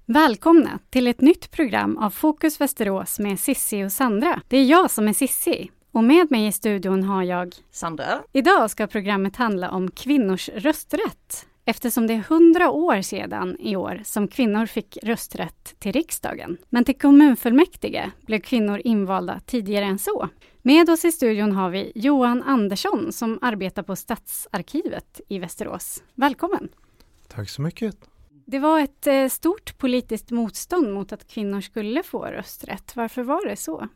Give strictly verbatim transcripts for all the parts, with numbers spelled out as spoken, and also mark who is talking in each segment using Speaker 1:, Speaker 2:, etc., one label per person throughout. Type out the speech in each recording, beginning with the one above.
Speaker 1: Välkomna till ett nytt program av Fokus Västerås med Sissi och Sandra. Det är jag som är Sissi och med mig i studion har jag
Speaker 2: Sandra.
Speaker 1: Idag ska programmet handla om kvinnors rösträtt eftersom det är hundra år sedan i år som kvinnor fick rösträtt till riksdagen. Men till kommunfullmäktige blev kvinnor invalda tidigare än så. Med oss i studion har vi Johan Andersson som arbetar på Stadsarkivet i Västerås. Välkommen!
Speaker 3: Tack så mycket!
Speaker 1: Det var ett eh, stort politiskt motstånd mot att kvinnor skulle få rösträtt. Varför var det så?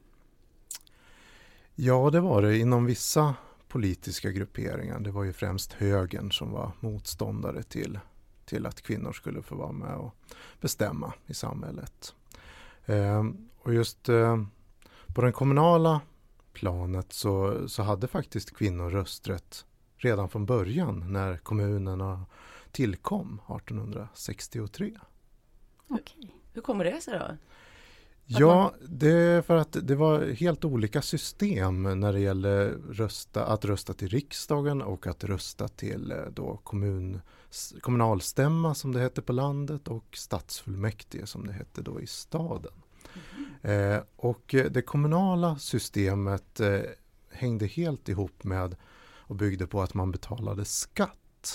Speaker 3: Ja, det var det inom vissa politiska grupperingar. Det var ju främst högern som var motståndare till, till att kvinnor skulle få vara med och bestämma i samhället. Eh, och just eh, på den kommunala planet så, så hade faktiskt kvinnor rösträtt redan från början när kommunerna tillkom artonhundrasextiotre.
Speaker 2: Okej. Hur kommer det sig då?
Speaker 3: Ja, det är för att det var helt olika system när det gällde rösta, att rösta till riksdagen och att rösta till då kommun, kommunalstämma som det hette på landet och stadsfullmäktige som det hette då i staden. Mm. Eh, och det kommunala systemet eh, hängde helt ihop med och byggde på att man betalade skatt.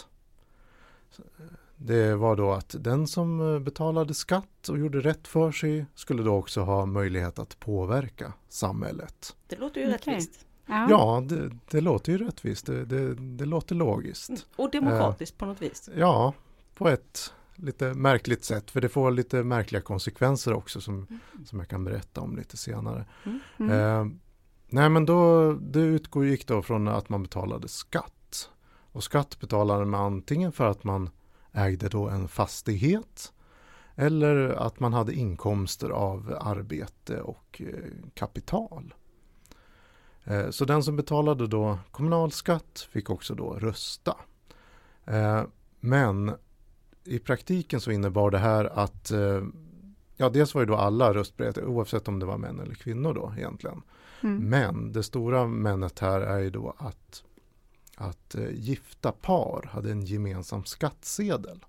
Speaker 3: Det var då att den som betalade skatt och gjorde rätt för sig skulle då också ha möjlighet att påverka samhället.
Speaker 2: Det låter ju okay. rättvist.
Speaker 3: Ja, ja det, det låter ju rättvist. Det, det, det låter logiskt.
Speaker 2: Och demokratiskt eh, på något vis.
Speaker 3: Ja, på ett lite märkligt sätt. För det får lite märkliga konsekvenser också som, mm. som jag kan berätta om lite senare. Mm. Mm. Eh, nej men då, det utgick då från att man betalade skatt. Och skatt betalade man antingen för att man ägde då en fastighet eller att man hade inkomster av arbete och eh, kapital. Eh, så den som betalade då kommunalskatt fick också då rösta. Eh, men i praktiken så innebar det här att eh, ja, dels var ju då alla röstberättigade oavsett om det var män eller kvinnor då egentligen. Mm. Men det stora männet här är ju då att att eh, gifta par hade en gemensam skattsedel.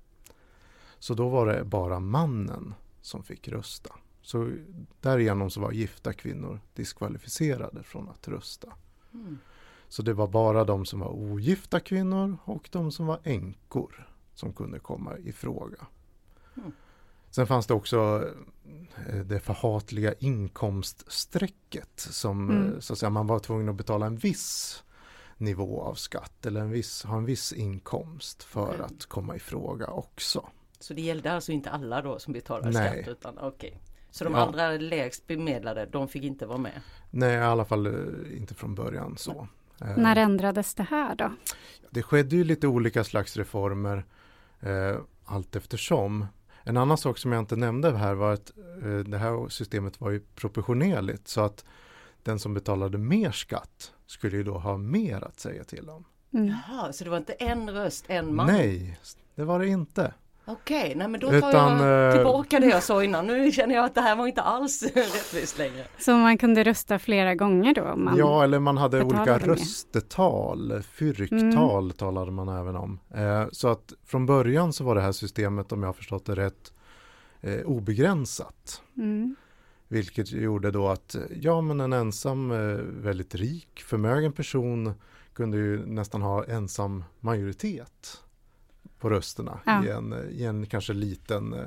Speaker 3: Så då var det bara mannen som fick rösta. Så därigenom så var gifta kvinnor diskvalificerade från att rösta. Mm. Så det var bara de som var ogifta kvinnor och de som var änkor som kunde komma i fråga. Mm. Sen fanns det också eh, det förhatliga inkomststrecket som mm. så att säga, man var tvungen att betala en viss nivå av skatt eller en viss, ha en viss inkomst för mm. att komma i fråga också.
Speaker 2: Så det gällde alltså inte alla då som betalar
Speaker 3: Nej.
Speaker 2: skatt utan okej. Okay. Så de
Speaker 3: ja.
Speaker 2: allra lägst bemedlade, de fick inte vara med?
Speaker 3: Nej, i alla fall inte från början så.
Speaker 1: Eh, När ändrades det här då?
Speaker 3: Det skedde ju lite olika slags reformer eh, allt eftersom. En annan sak som jag inte nämnde här var att eh, det här systemet var ju proportionerligt så att den som betalade mer skatt skulle ju då ha mer att säga till om.
Speaker 2: Mm. Jaha, så det var inte en röst, en man?
Speaker 3: Nej, det var det inte.
Speaker 2: Okej, okay, nej men då tar Utan, jag tillbaka det jag sa innan. Nu känner jag att det här var inte alls rättvist längre.
Speaker 1: Så man kunde rösta flera gånger då? Om man
Speaker 3: ja, eller man hade olika röstetal, fyrktal mm. talade man även om. Eh, så att från början så var det här systemet, om jag har förstått det rätt, eh, obegränsat. Mm. Vilket gjorde då att ja, men en ensam, väldigt rik, förmögen person kunde ju nästan ha ensam majoritet på rösterna ja. i, en, i en kanske liten,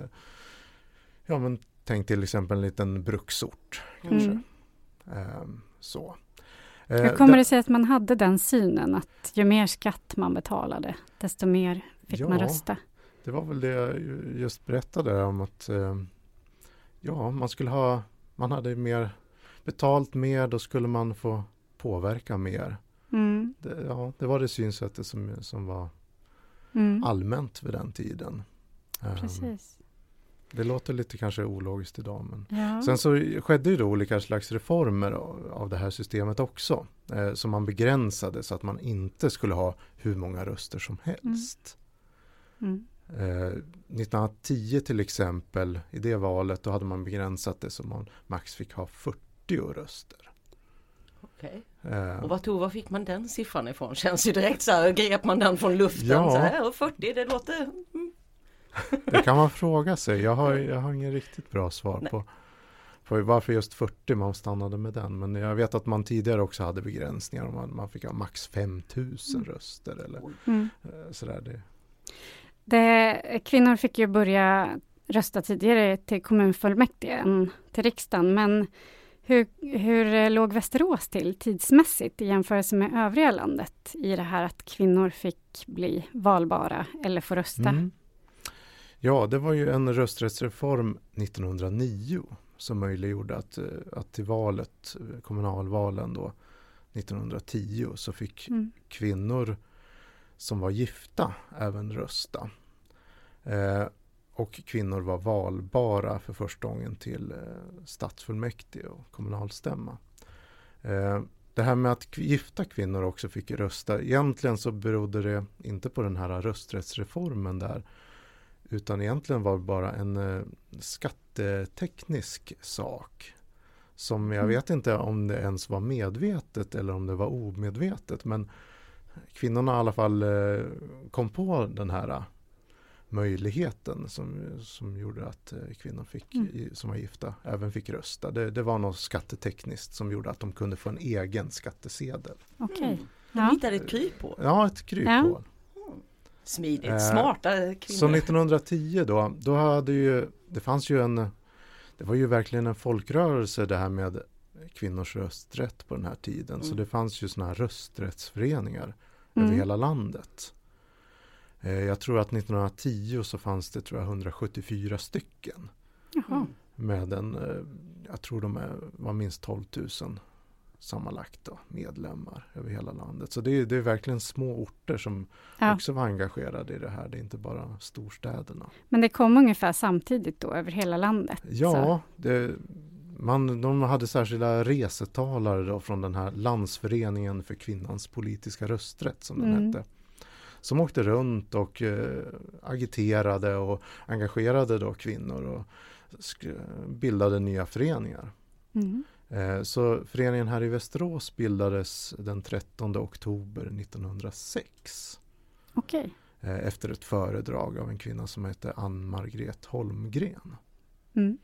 Speaker 3: ja men tänk till exempel en liten bruksort. Kanske. Mm. Ehm, så.
Speaker 1: Hur kommer det sig att man hade den synen att ju mer skatt man betalade, desto mer fick
Speaker 3: ja,
Speaker 1: man rösta?
Speaker 3: Det var väl det jag just berättade om att ja, man skulle ha, man hade mer betalt mer, då skulle man få påverka mer. Mm. Det, ja, det var det synsättet som, som var mm. allmänt vid den tiden.
Speaker 1: Precis. Um,
Speaker 3: det låter lite kanske ologiskt idag. Men
Speaker 1: ja.
Speaker 3: Sen så skedde ju då olika slags reformer av, av det här systemet också. Eh, som man begränsade så att man inte skulle ha hur många röster som helst. Mm. Mm. Eh, nittonhundratio till exempel, i det valet då hade man begränsat det så man max fick ha fyrtio röster.
Speaker 2: Okej. Eh, och vad tog, vad fick man den siffran ifrån? Känns ju direkt så här, grep man den från luften
Speaker 3: ja.
Speaker 2: så här, och fyrtio, det låter... Mm.
Speaker 3: Det kan man fråga sig. Jag har, jag har ingen riktigt bra svar på, på varför just fyrtio man stannade med den. Men jag vet att man tidigare också hade begränsningar. Om man, man fick ha max fem tusen mm. röster. Eller mm. sådär. Det.
Speaker 1: Det, kvinnor fick ju börja rösta tidigare till kommunfullmäktige än till riksdagen. Men hur, hur låg Västerås till tidsmässigt i jämförelse med övriga landet i det här att kvinnor fick bli valbara eller få rösta? Mm.
Speaker 3: Ja, det var ju en rösträttsreform nittonhundranio som möjliggjorde att, att till valet, kommunalvalen då nittonhundratio, så fick mm. kvinnor som var gifta även rösta. Eh, och kvinnor var valbara för första gången till eh, stadsfullmäktige och kommunalstämma. Eh, det här med att gifta kvinnor också fick rösta, egentligen så berodde det inte på den här rösträttsreformen där, utan egentligen var det bara en eh, skatteteknisk sak. Som jag vet inte om det ens var medvetet eller om det var omedvetet, men kvinnorna i alla fall eh, kom på den här möjligheten som, som gjorde att kvinnor fick, mm. som var gifta även fick rösta. Det, det var något skattetekniskt som gjorde att de kunde få en egen skattesedel.
Speaker 1: Okej. Okay.
Speaker 2: Mm. De ja. hittade ett kryphål.
Speaker 3: Ja, ett kryphål.
Speaker 2: Ja. Smidigt, eh, smarta kvinnor.
Speaker 3: Så nittonhundratio då, då hade ju, det fanns ju en, det var ju verkligen en folkrörelse det här med kvinnors rösträtt på den här tiden. Mm. Så det fanns ju såna här rösträttsföreningar mm. över hela landet. Jag tror att nittonhundratio så fanns det tror jag hundrasjuttiofyra stycken.
Speaker 1: Jaha.
Speaker 3: Med en, jag tror de är, var minst tolv tusen sammanlagt då, medlemmar över hela landet. Så det är, det är verkligen små orter som ja. också var engagerade i det här. Det är inte bara storstäderna.
Speaker 1: Men det kom ungefär samtidigt då över hela landet?
Speaker 3: Ja, det, man, de hade särskilda resetalare då från den här Landsföreningen för kvinnans politiska rösträtt som den mm. hette. Som åkte runt och eh, agiterade och engagerade då kvinnor och sk- bildade nya föreningar. Mm. Eh, så föreningen här i Västerås bildades den trettonde oktober nittonhundrasex.
Speaker 1: Okej.
Speaker 3: Eh, efter ett föredrag av en kvinna som hette Ann-Margret Holmgren.
Speaker 1: Mm.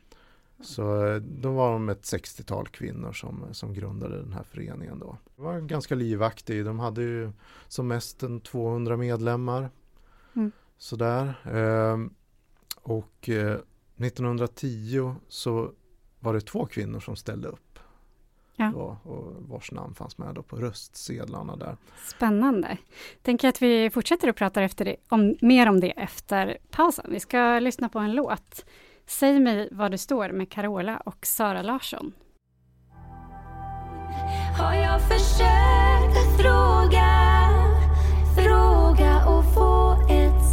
Speaker 3: Så då var de ett sextiotal kvinnor som, som grundade den här föreningen då. Det var ganska livaktig. De hade ju som mest en tvåhundra medlemmar. Mm. Sådär. Ehm, och eh, nittonhundratio så var det två kvinnor som ställde upp. Ja. Då, och vars namn fanns med då på röstsedlarna där.
Speaker 1: Spännande. Tänker att vi fortsätter att prata efter det, om, mer om det efter pausen. Vi ska lyssna på en låt. Säg mig vad det står med Carola och Sara Larsson.
Speaker 4: Har jag försökt att fråga, fråga och få ett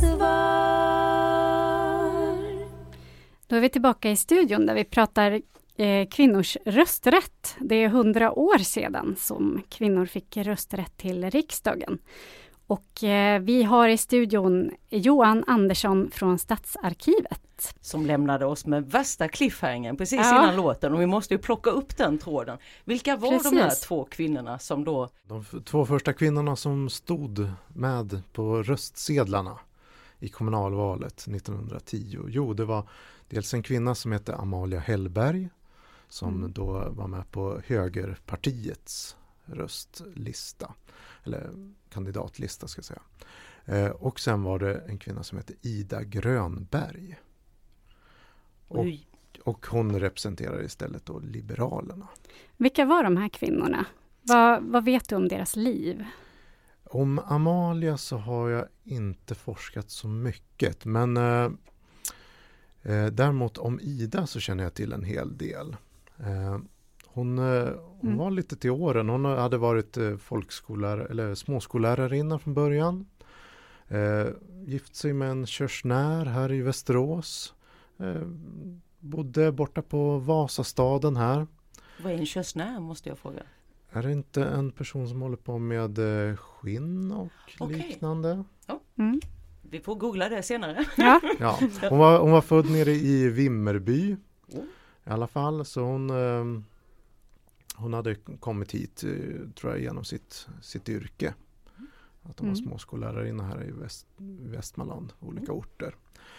Speaker 4: svar.
Speaker 1: Då är vi tillbaka i studion där vi pratar eh, kvinnors rösträtt. Det är hundra år sedan som kvinnor fick rösträtt till riksdagen. Och eh, vi har i studion Johan Andersson från Stadsarkivet.
Speaker 2: Som lämnade oss med värsta cliffhangern precis ja. innan låten. Och vi måste ju plocka upp den tråden. Vilka var precis. de här två kvinnorna som då...
Speaker 3: De f- två första kvinnorna som stod med på röstsedlarna i kommunalvalet nittonhundratio. Jo, det var dels en kvinna som hette Amalia Hellberg. Som mm. då var med på högerpartiets röstlista. Eller kandidatlista ska jag säga. Eh, och sen var det en kvinna som hette Ida Grönberg. Och, och hon representerar istället då Liberalerna. Vilka
Speaker 1: var de här kvinnorna? Vad, vad vet du om deras liv?
Speaker 3: Om Amalia så har jag inte forskat så mycket. Men eh, eh, däremot om Ida så känner jag till en hel del. Eh, Hon, hon mm. var lite till åren. Hon hade varit folkskollärare eller småskollärare innan från början. Eh, gift sig med en körsnär här i Västerås. Eh, bodde borta på Vasastaden här.
Speaker 2: Vad är en körsnär måste jag fråga?
Speaker 3: Är det inte en person som håller på med skinn och okay. liknande?
Speaker 2: Ja. Mm. Vi får googla det senare.
Speaker 1: Ja.
Speaker 3: Ja. Hon, var, hon var född nere i Vimmerby. Oh. I alla fall så hon... Eh, Hon hade kommit hit, tror jag, genom sitt, sitt yrke. Att de var mm. småskollärare inne här i Väst, Västmanland, olika mm. orter.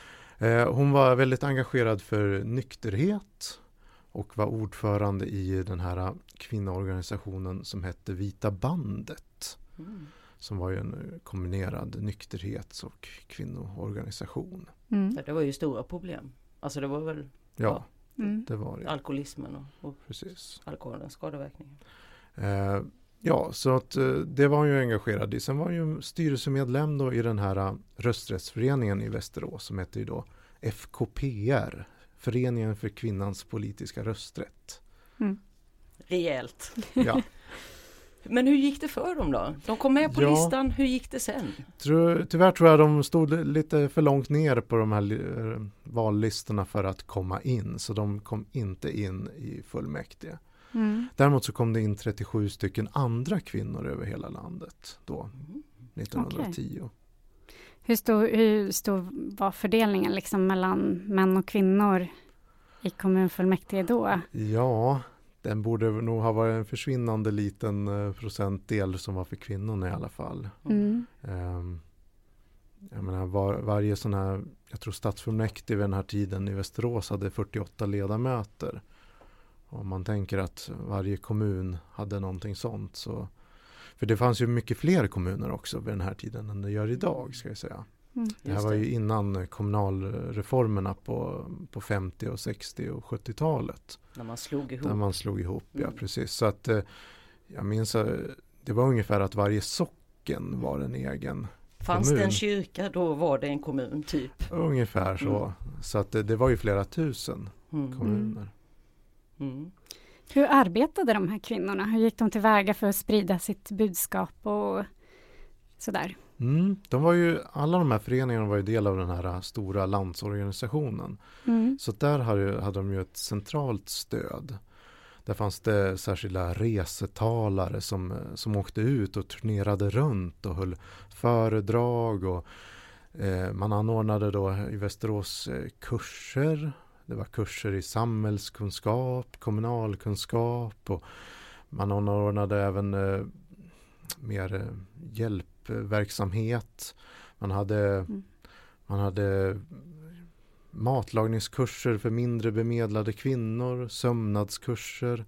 Speaker 3: Eh, hon var väldigt engagerad för nykterhet och var ordförande i den här kvinnoorganisationen som hette Vita bandet. Mm. Som var ju en kombinerad nykterhets- och kvinnoorganisation.
Speaker 2: Mm. Det var ju stora problem. Alltså det var väl
Speaker 3: ja, ja mm. det var det.
Speaker 2: Alkoholismen och, och
Speaker 3: Precis.
Speaker 2: alkoholens skadeverkningar.
Speaker 3: Eh, ja, så att eh, det var hon ju engagerad i. Sen var hon ju styrelsemedlem då i den här uh, rösträttsföreningen i Västerås som heter ju då F K P R. Föreningen för kvinnans politiska rösträtt.
Speaker 2: Mm. Rejält.
Speaker 3: Ja.
Speaker 2: Men hur gick det för dem då? De kom med på ja, listan, hur gick det sen?
Speaker 3: Tror, tyvärr tror jag de stod lite för långt ner på de här uh, vallistorna för att komma in. Så de kom inte in i fullmäktige. Mm. Däremot så kom det in trettiosju stycken andra kvinnor över hela landet då, nittonhundratio. Okay.
Speaker 1: Hur stor, hur stor var fördelningen liksom mellan män och kvinnor i kommunfullmäktige då?
Speaker 3: Ja, den borde nog ha varit en försvinnande liten uh, procentdel som var för kvinnorna i alla fall. Mm. Um, jag menar, var, varje sån här, jag tror stadsfullmäktige vid den här tiden i Västerås hade fyrtioåtta ledamöter. Om man tänker att varje kommun hade någonting sånt så... För det fanns ju mycket fler kommuner också vid den här tiden än det gör idag, ska jag säga. Mm, det här var ju innan kommunalreformerna på, på femtio- och sextio- och sjuttiotalet.
Speaker 2: När man slog ihop.
Speaker 3: När man slog ihop, mm. ja precis. Så att jag minns det var ungefär att varje socken var en egen
Speaker 2: Fanns
Speaker 3: kommun.
Speaker 2: det en kyrka, då var det en kommun typ.
Speaker 3: Ungefär så. Mm. Så att det, det var ju flera tusen mm. kommuner.
Speaker 1: Mm. Hur arbetade de här kvinnorna? Hur gick de tillväga för att sprida sitt budskap och sådär?
Speaker 3: Mm, de var ju, alla de här föreningarna var ju del av den här stora landsorganisationen. Mm. Så där hade, hade de ju ett centralt stöd. Där fanns det särskilda resetalare som, som åkte ut och turnerade runt och höll föredrag. Och, eh, man anordnade då i Västerås eh, kurser. Det var kurser i samhällskunskap, kommunalkunskap och man anordnade även eh, mer eh, hjälpverksamhet. Man hade, mm. man hade matlagningskurser för mindre bemedlade kvinnor, sömnadskurser.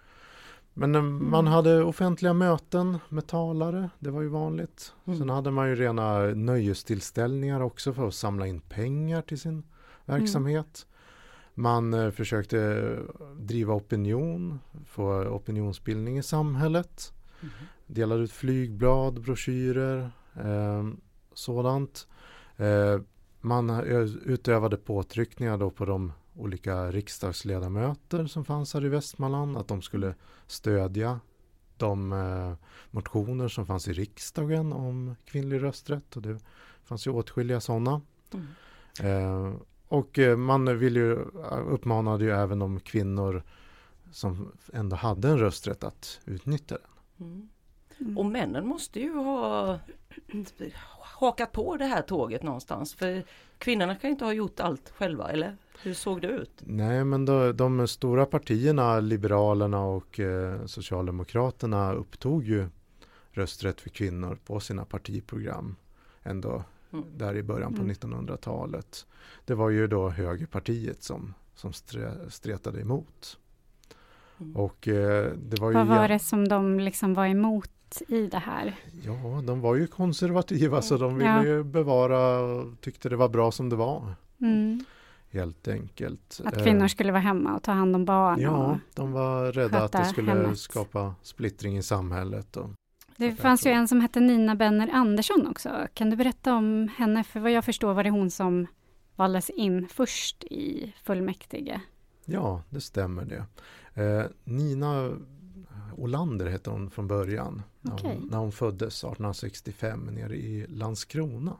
Speaker 3: Men eh, mm. man hade offentliga möten med talare, det var ju vanligt. Mm. Sen hade man ju rena nöjestillställningar också för att samla in pengar till sin verksamhet. Mm. Man eh, försökte driva opinion, få opinionsbildning i samhället. Mm. Delade ut flygblad, broschyrer, eh, sådant. Eh, man utövade påtryckningar då på de olika riksdagsledamöter som fanns här i Västmanland. Att de skulle stödja de eh, motioner som fanns i riksdagen om kvinnlig rösträtt. Och det fanns ju åtskilliga sådana. Mm. Eh, Och man ville ju, uppmanade ju även de kvinnor som ändå hade en rösträtt att utnyttja den.
Speaker 2: Mm. Mm. Och männen måste ju ha hakat på det här tåget någonstans. För kvinnorna kan ju inte ha gjort allt själva, eller? Hur såg det ut?
Speaker 3: Nej, men då, de stora partierna, Liberalerna och eh, Socialdemokraterna upptog ju rösträtt för kvinnor på sina partiprogram ändå. Mm. Där i början på mm. nittonhundratalet. Det var ju då högerpartiet som, som stre, stretade emot. Mm. Och, eh, det var ju
Speaker 1: Vad var det som de liksom var emot i det här?
Speaker 3: Ja, de var ju konservativa mm. så de ville ja. ju bevara och tyckte det var bra som det var. Mm. Helt enkelt.
Speaker 1: Att kvinnor skulle vara hemma och ta hand om barn.
Speaker 3: Ja, de var rädda att det skulle hemmet. skapa splittring i samhället. Och
Speaker 1: det fanns ju en som hette Nina Benner Andersson också. Kan du berätta om henne? För vad jag förstår var det hon som valdes in först i fullmäktige.
Speaker 3: Ja, det stämmer det. Eh, Nina Olander hette hon från början. Okay. När, hon, när hon föddes arton sextiofem nere i Landskrona.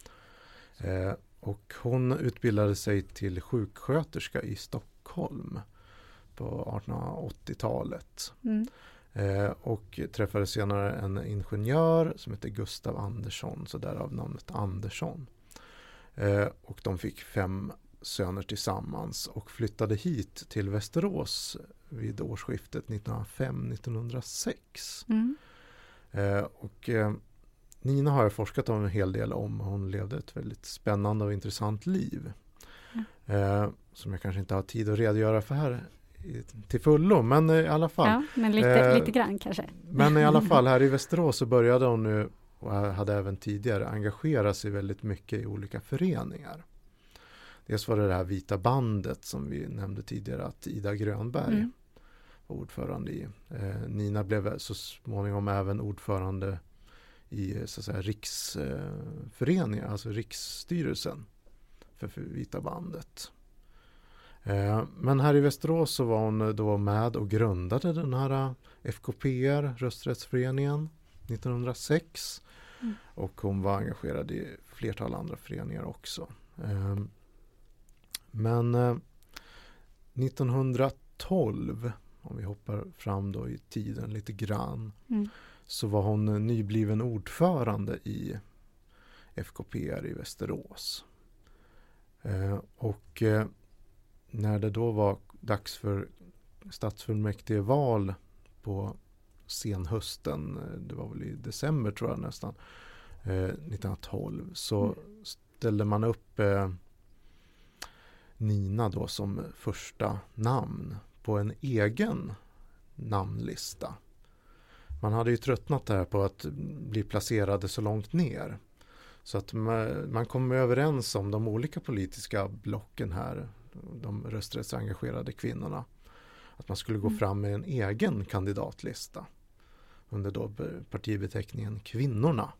Speaker 3: Eh, och hon utbildade sig till sjuksköterska i Stockholm på artonhundraåttiotalet. Mm. Eh, och träffade senare en ingenjör som heter Gustav Andersson, så därav namnet Andersson. Eh, och de fick fem söner tillsammans och flyttade hit till Västerås vid årsskiftet nittonhundrafem nittonhundrasex. Mm. Eh, och eh, Nina har jag forskat om en hel del om. Hon levde ett väldigt spännande och intressant liv. Eh, som jag kanske inte har tid att redogöra för här i, till fullo, men i alla fall.
Speaker 1: Ja, men lite,
Speaker 3: eh,
Speaker 1: lite grann kanske.
Speaker 3: Men i alla fall här i Västerås så började hon nu, och hade även tidigare engagera sig väldigt mycket i olika föreningar. Dels var det det här Vita bandet som vi nämnde tidigare att Ida Grönberg mm. var ordförande i. Eh, Nina blev så småningom även ordförande i så att säga, riksföreningen, eh, alltså riksstyrelsen för, för Vita bandet. Eh, men här i Västerås så var hon då med och grundade den här F K P R, rösträttsföreningen, nittonhundrasex. Mm. Och hon var engagerad i flertal andra föreningar också. Eh, men eh, nittonhundratolv, om vi hoppar fram då i tiden lite grann, mm. så var hon nybliven ordförande i F K P R i Västerås. Eh, och eh, när det då var dags för stadsfullmäktigeval på senhösten, det var väl i december tror jag nästan, eh, nittonhundratolv, så mm. ställde man upp eh, Nina då som första namn på en egen namnlista. Man hade ju tröttnat där på att bli placerade så långt ner. Så att man, man kom överens om de olika politiska blocken här, de rösträttsengagerade kvinnorna, att man skulle gå fram med en egen kandidatlista under då partibeteckningen Kvinnorna.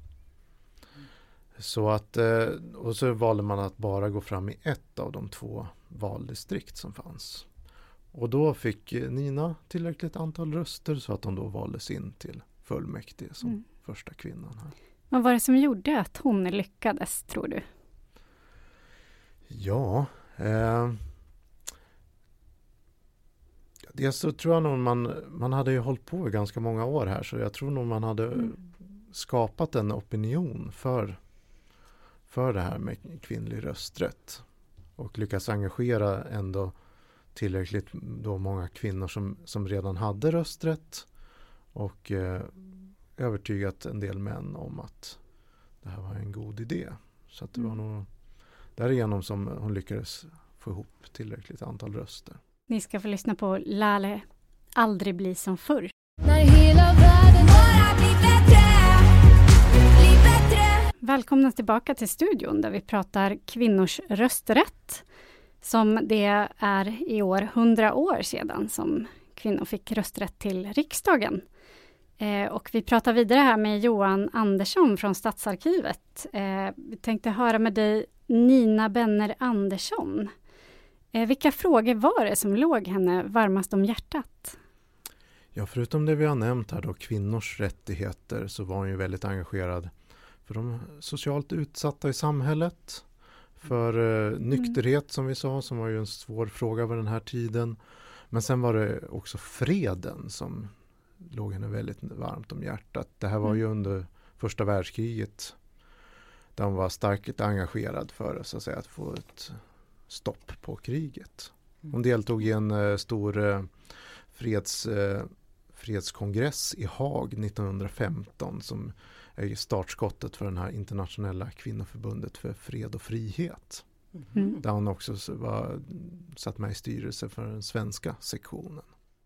Speaker 3: Så att, och så valde man att bara gå fram i ett av de två valdistrikt som fanns. Och då fick Nina tillräckligt antal röster så att hon då valdes in till fullmäktige som mm. första kvinnan här.
Speaker 1: Vad var det som gjorde att hon lyckades, tror du?
Speaker 3: Ja, eh, dels så tror jag nog man, man hade ju hållit på i ganska många år här, så jag tror nog man hade mm. skapat en opinion för, för det här med kvinnlig rösträtt och lyckats engagera ändå tillräckligt då många kvinnor som, som redan hade rösträtt och eh, övertygat en del män om att det här var en god idé. Så att det var nog därigenom som hon lyckades få ihop tillräckligt antal röster.
Speaker 1: Ni ska få lyssna på Lale Aldrig bli som förr.
Speaker 4: När hela världen bara blir bättre, blir bättre.
Speaker 1: Välkomna tillbaka till studion där vi pratar kvinnors rösträtt. Som det är i år hundra år sedan som kvinnor fick rösträtt till riksdagen. Eh, och vi pratar vidare här med Johan Andersson från Stadsarkivet. Eh, vi tänkte höra med dig, Nina Benner Andersson. Eh, vilka frågor var det som låg henne varmast om hjärtat?
Speaker 3: Ja, förutom det vi har nämnt här då, kvinnors rättigheter, så var hon ju väldigt engagerad för de socialt utsatta i samhället. För eh, nykterhet mm. som vi sa, som var ju en svår fråga vid den här tiden. Men sen var det också freden som låg henne väldigt varmt om hjärtat. Det här var mm. ju under första världskriget där hon var starkt engagerad för så att, säga, att få ett stopp på kriget. Hon deltog i en uh, stor uh, freds, uh, fredskongress i Haag nittonhundrafemton som är startskottet för den här internationella kvinnoförbundet för fred och frihet. Mm. Där hon också var satt med i styrelse för den svenska sektionen.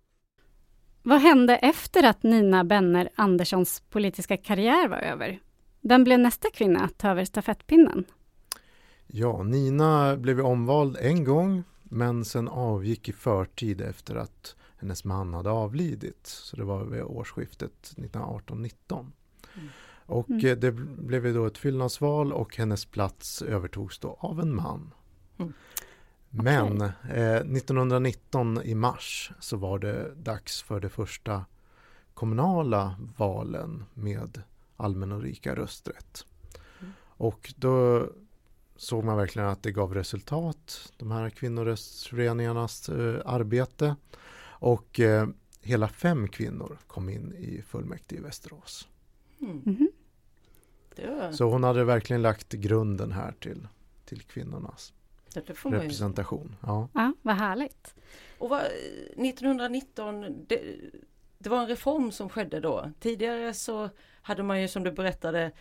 Speaker 1: Vad hände efter att Nina Benner Anderssons politiska karriär var över? Vem blev nästa kvinna att ta över stafettpinnen?
Speaker 3: Ja, Nina blev omvald en gång, men sen avgick i förtid efter att hennes man hade avlidit. Så det var vid årsskiftet nittonarton nitton. Mm. Och mm. det blev då ett fyllnadsval och hennes plats övertogs då av en man. Mm. Men eh, nittonhundranitton i mars så var det dags för det första kommunala valen med allmän och lika rösträtt. Mm. Och då såg man verkligen att det gav resultat, de här kvinnoröstföreningarnas eh, arbete. Och eh, hela fem kvinnor kom in i fullmäktige i Västerås. Mm. Mm-hmm. Var... Så hon hade verkligen lagt grunden här till, till kvinnornas representation. Ja.
Speaker 1: Ja, vad härligt.
Speaker 2: Och vad, nittonhundranitton, det, det var en reform som skedde då. Tidigare så hade man ju, som du berättade,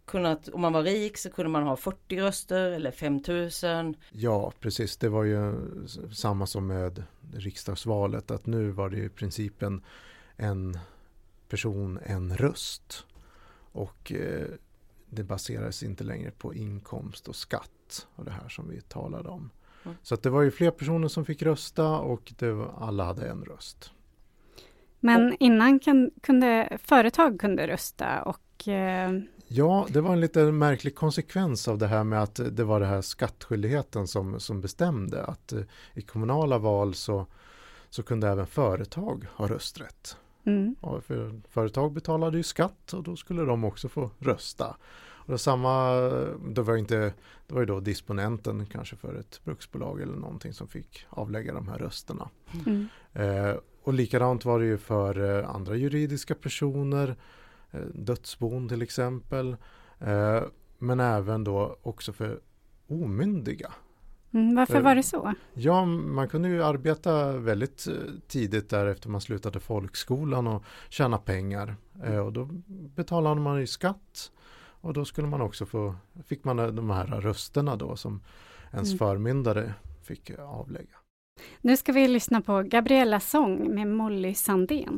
Speaker 2: kunnat, om man var rik så kunde man ha fyrtio röster eller fem tusen.
Speaker 3: Ja, precis. Det var ju samma som med riksdagsvalet, att nu var det ju i princip en, en person, en röst. Och eh, det baserades inte längre på inkomst och skatt och det här som vi talade om. Mm. Så att det var ju fler personer som fick rösta och det var, alla hade en röst.
Speaker 1: Men och, innan kan, kunde företag kunde rösta och... Eh...
Speaker 3: Ja, det var en lite märklig konsekvens av det här med att det var det här skattskyldigheten som, som bestämde att eh, i kommunala val så, så kunde även företag ha rösträtt. Mm. Och för företag betalade ju skatt och då skulle de också få rösta. Och det, samma, det, var inte, det var ju då disponenten kanske för ett bruksbolag eller någonting som fick avlägga de här rösterna. Mm. Eh, och likadant var det ju för eh, andra juridiska personer, eh, dödsbon till exempel. Eh, men även då också för omyndiga.
Speaker 1: Mm, varför var det så?
Speaker 3: Ja, man kunde ju arbeta väldigt tidigt där efter man slutade folkskolan och tjäna pengar. Eh, och då betalade man ju skatt och då skulle man också få, fick man de här rösterna då som ens mm. förmyndare fick avlägga.
Speaker 1: Nu ska vi lyssna på Gabriellas sång med Molly Sandén.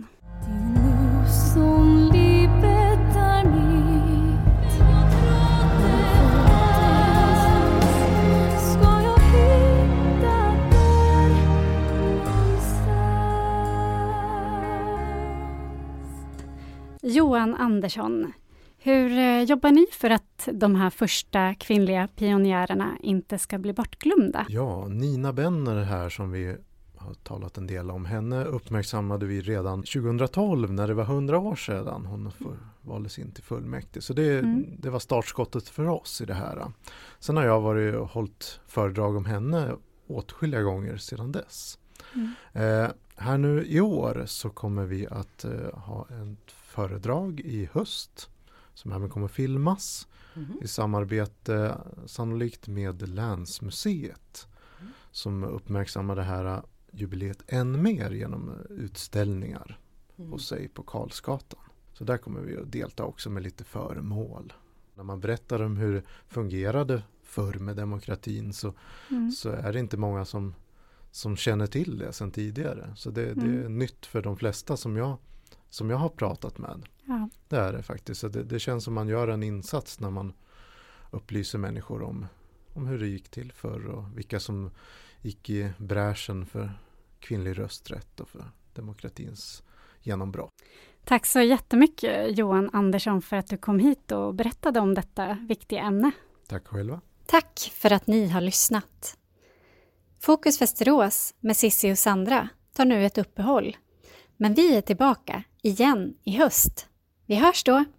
Speaker 1: Johan Andersson, hur jobbar ni för att de här första kvinnliga pionjärerna inte ska bli bortglömda?
Speaker 3: Ja, Nina Benner här som vi har talat en del om, henne uppmärksammade vi redan tjugohundratolv när det var hundra år sedan hon valdes in till fullmäktige. Så det, mm. det var startskottet för oss i det här. Sen har jag varit och hållit föredrag om henne åtskilliga gånger sedan dess. Mm. Eh, här nu i år så kommer vi att eh, ha ett föredrag i höst som även kommer filmas mm. i samarbete sannolikt med Länsmuseet mm. som uppmärksammar det här jubileet än mer genom utställningar mm. hos sig på Karlsgatan. Så där kommer vi att delta också med lite föremål. När man berättar om hur det fungerade förr med demokratin så, mm. så är det inte många som, som känner till det sedan tidigare. Så det, mm. det är nytt för de flesta som jag, som jag har pratat med.
Speaker 1: Ja.
Speaker 3: Det är det faktiskt. Så det, det känns som man gör en insats när man upplyser människor om, om hur det gick till förr och vilka som gick i bräschen för kvinnlig rösträtt och för demokratins genombrott.
Speaker 1: Tack så jättemycket Johan Andersson för att du kom hit och berättade om detta viktiga ämne.
Speaker 3: Tack själva.
Speaker 1: Tack för att ni har lyssnat. Fokus Västerås med Sissi och Sandra tar nu ett uppehåll. Men vi är tillbaka igen i höst. Vi hörs då!